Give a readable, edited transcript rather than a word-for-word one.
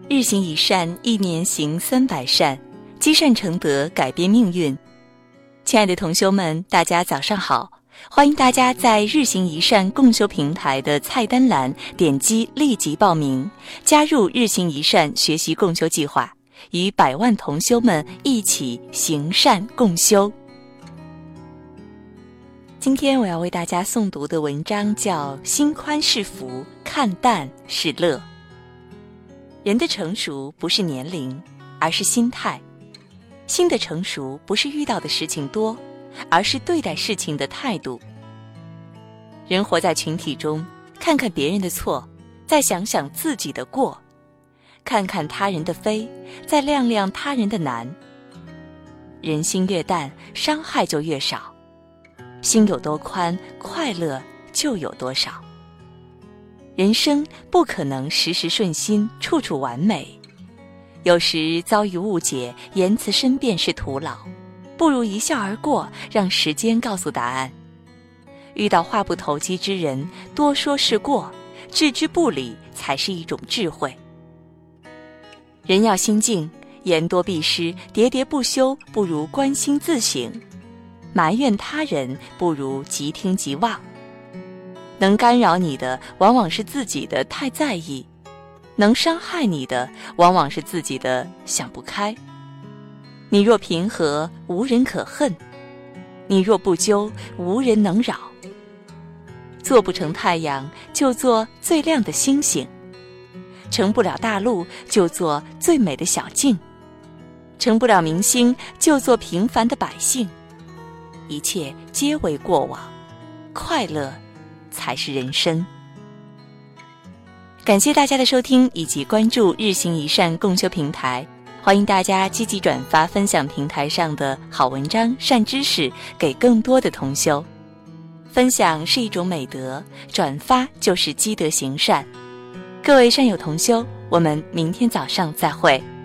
日行一善，一年行300善，积善成德，改变命运。亲爱的同修们，大家早上好，欢迎大家在日行一善共修平台的菜单栏点击立即报名，加入日行一善学习共修计划，与100万同修们一起行善共修。今天我要为大家诵读的文章叫《心宽是福，看淡是乐》。人的成熟不是年龄，而是心态。心的成熟不是遇到的事情多，而是对待事情的态度。人活在群体中，看看别人的错，再想想自己的过；看看他人的非，再量量他人的难。人心越淡，伤害就越少。心有多宽，快乐就有多少。人生不可能时时顺心，处处完美。有时遭遇误解，言辞申辩是徒劳，不如一笑而过，让时间告诉答案。遇到话不投机之人，多说是过，置之不理才是一种智慧。人要心静，言多必失，喋喋不休不如关心自省，埋怨他人不如即听即忘。能干扰你的往往是自己的太在意，能伤害你的往往是自己的想不开。你若平和，无人可恨；你若不究，无人能扰。做不成太阳，就做最亮的星星；成不了大陆，就做最美的小径；成不了明星，就做平凡的百姓。一切皆为过往，快乐才是人生。感谢大家的收听以及关注日行一善共修平台，欢迎大家积极转发分享平台上的好文章、善知识给更多的同修。分享是一种美德，转发就是积德行善。各位善友同修，我们明天早上再会。